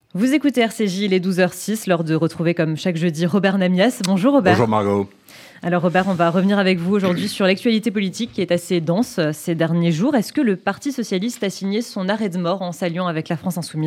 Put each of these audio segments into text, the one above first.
Vous écoutez RCJ, il est 12h06, l'heure de retrouver comme chaque jeudi Robert Namias. Bonjour Robert. Bonjour Margot. Alors Robert, on va revenir avec vous aujourd'hui sur l'actualité politique qui est assez dense ces derniers jours. Est-ce que le Parti socialiste a signé son arrêt de mort en s'alliant avec la France insoumise ?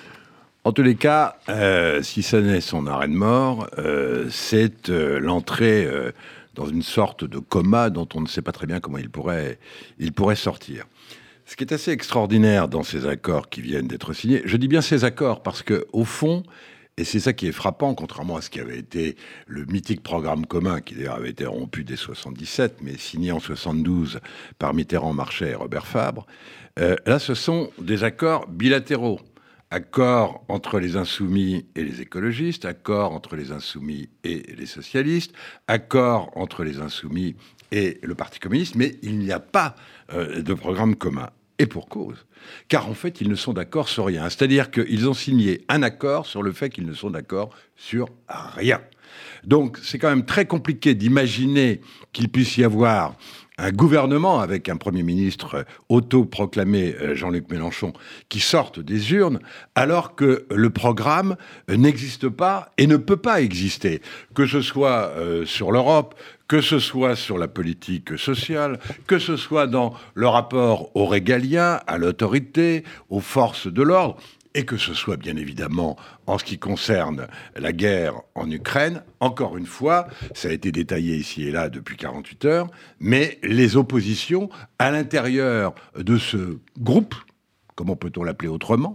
En tous les cas, si ce n'est son arrêt de mort, c'est l'entrée dans une sorte de coma dont on ne sait pas très bien comment il pourrait sortir. Ce qui est assez extraordinaire dans ces accords qui viennent d'être signés, je dis bien ces accords parce qu'au fond, et c'est ça qui est frappant, contrairement à ce qui avait été le mythique programme commun, qui d'ailleurs avait été rompu dès 77, mais signé en 72 par Mitterrand, Marchais et Robert Fabre, là ce sont des accords bilatéraux. Accord entre les insoumis et les écologistes, accord entre les insoumis et les socialistes, accord entre les insoumis et le Parti communiste, mais il n'y a pas de programme commun. Et pour cause. Car en fait, ils ne sont d'accord sur rien. C'est-à-dire qu'ils ont signé un accord sur le fait qu'ils ne sont d'accord sur rien. Donc, c'est quand même très compliqué d'imaginer qu'il puisse y avoir un gouvernement avec un Premier ministre autoproclamé, Jean-Luc Mélenchon, qui sorte des urnes, alors que le programme n'existe pas et ne peut pas exister. Que ce soit sur l'Europe, que ce soit sur la politique sociale, que ce soit dans le rapport aux régaliens, à l'autorité, aux forces de l'ordre, et que ce soit bien évidemment en ce qui concerne la guerre en Ukraine. Encore une fois, ça a été détaillé ici et là depuis 48 heures, mais les oppositions à l'intérieur de ce groupe, comment peut-on l'appeler autrement,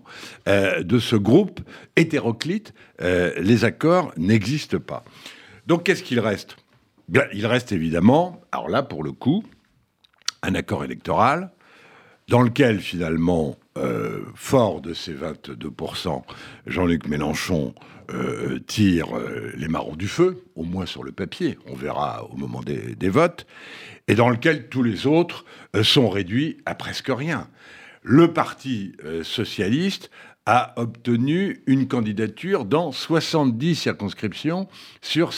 de ce groupe hétéroclite, les accords n'existent pas. Donc qu'est-ce qu'il reste ? Bien, il reste évidemment, alors là pour le coup, un accord électoral dans lequel finalement, fort de ces 22%, Jean-Luc Mélenchon tire les marrons du feu, au moins sur le papier, on verra au moment des votes, et dans lequel tous les autres sont réduits à presque rien. Le Parti socialiste a obtenu une candidature dans 70 circonscriptions sur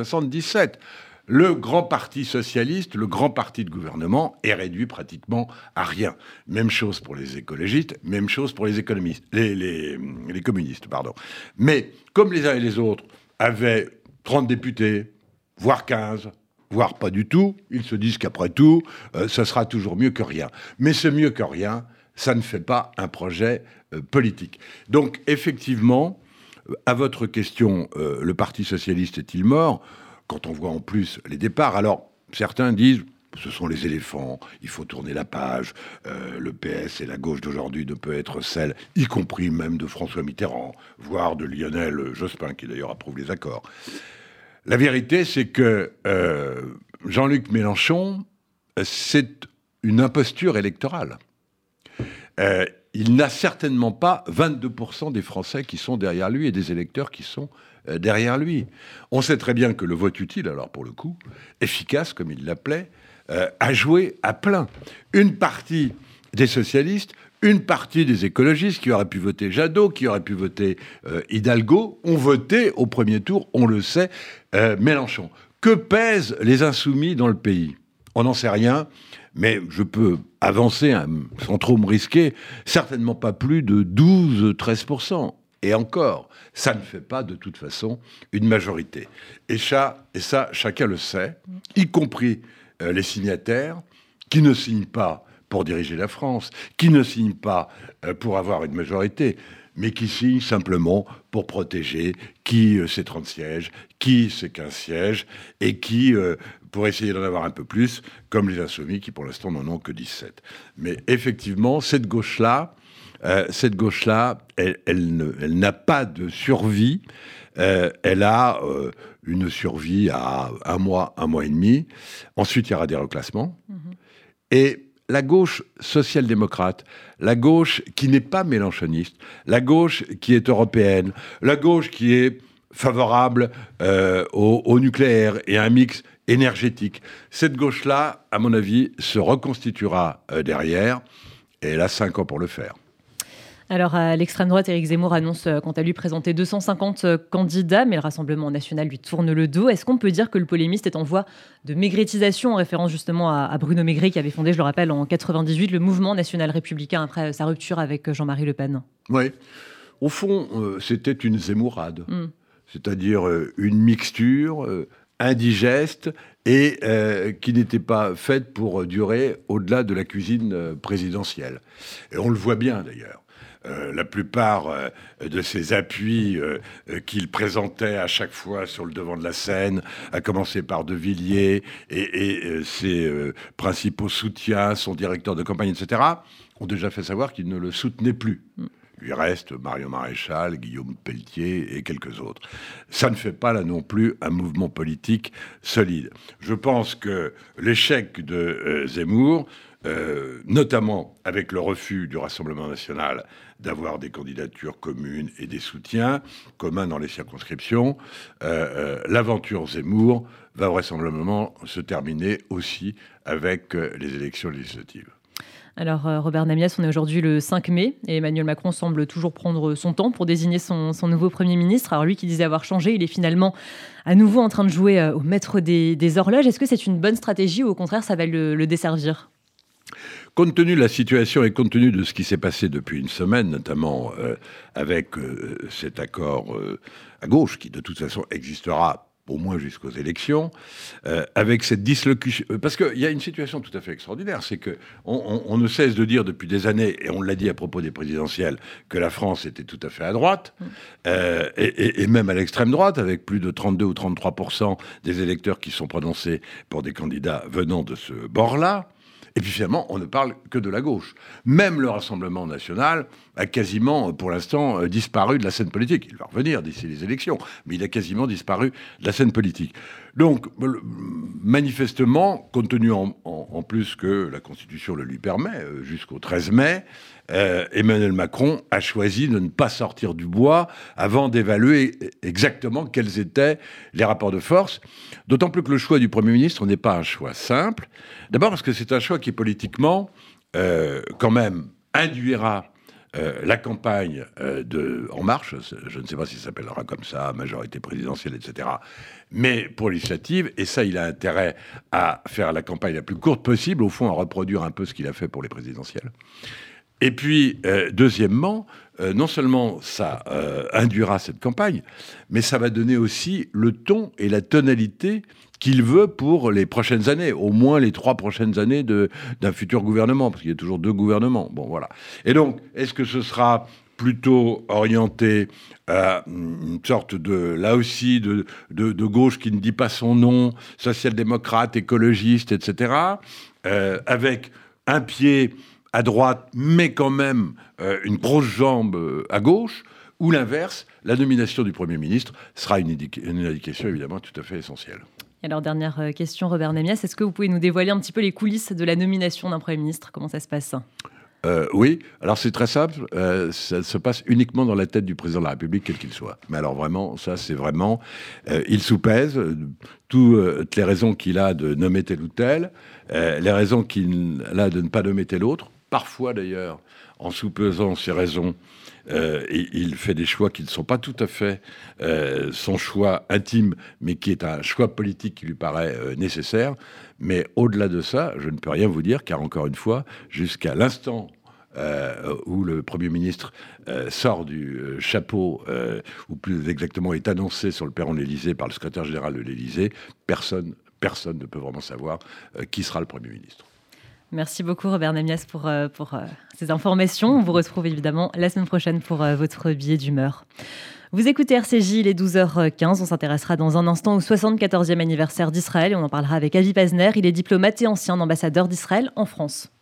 577. Le grand parti socialiste, le grand parti de gouvernement est réduit pratiquement à rien. Même chose pour les écologistes, même chose pour les économistes, les communistes, pardon. Mais comme les uns et les autres avaient 30 députés, voire 15, voire pas du tout, ils se disent qu'après tout, ça sera toujours mieux que rien. Mais ce mieux que rien, ça ne fait pas un projet politique. Donc effectivement, à votre question, le Parti socialiste est-il mort ? Quand on voit en plus les départs, alors certains disent ce sont les éléphants, il faut tourner la page, le PS et la gauche d'aujourd'hui ne peut être celle, y compris même de François Mitterrand, voire de Lionel Jospin, qui d'ailleurs approuve les accords. La vérité, c'est que Jean-Luc Mélenchon, c'est une imposture électorale. Il n'a certainement pas 22% des Français qui sont derrière lui et des électeurs qui sont derrière lui. On sait très bien que le vote utile, alors pour le coup, efficace, comme il l'appelait, a joué à plein. Une partie des socialistes, une partie des écologistes qui auraient pu voter Jadot, qui auraient pu voter Hidalgo, ont voté au premier tour, on le sait, Mélenchon. Que pèsent les insoumis dans le pays ? On n'en sait rien, mais je peux avancer, sans trop me risquer, certainement pas plus de 12-13%. Et encore, ça ne fait pas de toute façon une majorité. Et ça, chacun le sait, y compris les signataires, qui ne signent pas pour diriger la France, qui ne signent pas pour avoir une majorité, mais qui signent simplement pour protéger qui ces 30 sièges, qui ces 15 sièges, et qui, pour essayer d'en avoir un peu plus, comme les insoumis, qui pour l'instant n'en ont que 17. Mais effectivement, cette gauche-là, elle n'a pas de survie. Elle a une survie à un mois et demi. Ensuite, il y aura des reclassements. Et la gauche social-démocrate, la gauche qui n'est pas mélenchoniste, la gauche qui est européenne, la gauche qui est favorable au nucléaire et à un mix énergétique. Cette gauche-là, à mon avis, se reconstituera derrière, et elle a 5 ans pour le faire. Alors, à l'extrême droite, Éric Zemmour annonce, quant à lui, présenter 250 candidats, mais le Rassemblement national lui tourne le dos. Est-ce qu'on peut dire que le polémiste est en voie de maigretisation, en référence justement à Bruno Maigret, qui avait fondé, je le rappelle, en 98, le mouvement national républicain après sa rupture avec Jean-Marie Le Pen ? Au fond, c'était une zémourade, Mm. c'est-à-dire une mixture indigeste et qui n'était pas faite pour durer au-delà de la cuisine présidentielle. Et on le voit bien d'ailleurs. La plupart de ces appuis qu'il présentait à chaque fois sur le devant de la scène, à commencer par De Villiers et ses principaux soutiens, son directeur de campagne, etc., ont déjà fait savoir qu'ils ne le soutenaient plus. Il reste Marion Maréchal, Guillaume Pelletier et quelques autres. Ça ne fait pas là non plus un mouvement politique solide. Je pense que l'échec de Zemmour, notamment avec le refus du Rassemblement national d'avoir des candidatures communes et des soutiens communs dans les circonscriptions, l'aventure Zemmour va vraisemblablement se terminer aussi avec les élections législatives. Alors, Robert Namias, on est aujourd'hui le 5 mai et Emmanuel Macron semble toujours prendre son temps pour désigner son nouveau Premier ministre. Alors lui qui disait avoir changé, il est finalement à nouveau en train de jouer au maître des horloges. Est-ce que c'est une bonne stratégie ou au contraire ça va le desservir ? Compte tenu de la situation et compte tenu de ce qui s'est passé depuis une semaine, notamment avec cet accord à gauche qui de toute façon existera au moins jusqu'aux élections, avec cette dislocution... Parce qu'il y a une situation tout à fait extraordinaire, c'est qu'on ne cesse de dire depuis des années, et on l'a dit à propos des présidentielles, que la France était tout à fait à droite, et même à l'extrême droite, avec plus de 32 ou 33% des électeurs qui sont prononcés pour des candidats venant de ce bord-là. Et puis finalement, on ne parle que de la gauche. Même le Rassemblement national a quasiment, pour l'instant, disparu de la scène politique. Il va revenir d'ici les élections, mais il a quasiment disparu de la scène politique. Donc, manifestement, compte tenu en plus que la Constitution le lui permet, jusqu'au 13 mai, Emmanuel Macron a choisi de ne pas sortir du bois avant d'évaluer exactement quels étaient les rapports de force. D'autant plus que le choix du Premier ministre n'est pas un choix simple. D'abord parce que c'est un choix qui, politiquement, quand même, induira la campagne En Marche, je ne sais pas si ça s'appellera comme ça, majorité présidentielle, etc., mais pour législative, et ça, il a intérêt à faire la campagne la plus courte possible, au fond, à reproduire un peu ce qu'il a fait pour les présidentielles. Et puis, deuxièmement, non seulement ça induira cette campagne, mais ça va donner aussi le ton et la tonalité qu'il veut pour les prochaines années, au moins les 3 prochaines années d'un futur gouvernement, parce qu'il y a toujours 2 gouvernements. Bon, voilà. Et donc, est-ce que ce sera plutôt orienté à une sorte là aussi, de gauche qui ne dit pas son nom, social-démocrate, écologiste, etc., avec un pied à droite, mais quand même une grosse jambe à gauche, ou l'inverse, la nomination du Premier ministre sera une indication évidemment tout à fait essentielle. Et alors, dernière question, Robert Namias, est-ce que vous pouvez nous dévoiler un petit peu les coulisses de la nomination d'un Premier ministre ? Comment ça se passe ? Oui, alors c'est très simple, ça se passe uniquement dans la tête du président de la République, quel qu'il soit. Mais alors vraiment, ça c'est vraiment, il soupèse toutes les raisons qu'il a de nommer tel ou tel, les raisons qu'il a de ne pas nommer tel autre, parfois d'ailleurs, en soupesant ces raisons, il fait des choix qui ne sont pas tout à fait son choix intime, mais qui est un choix politique qui lui paraît nécessaire. Mais au-delà de ça, je ne peux rien vous dire, car encore une fois, jusqu'à l'instant où le Premier ministre sort du chapeau, ou plus exactement est annoncé sur le perron de l'Élysée par le secrétaire général de l'Élysée, personne ne peut vraiment savoir qui sera le Premier ministre. Merci beaucoup Robert Namias pour ces informations. On vous retrouve évidemment la semaine prochaine pour votre billet d'humeur. Vous écoutez RCJ, il est 12h15. On s'intéressera dans un instant au 74e anniversaire d'Israël et on en parlera avec Avi Pazner. Il est diplomate et ancien ambassadeur d'Israël en France.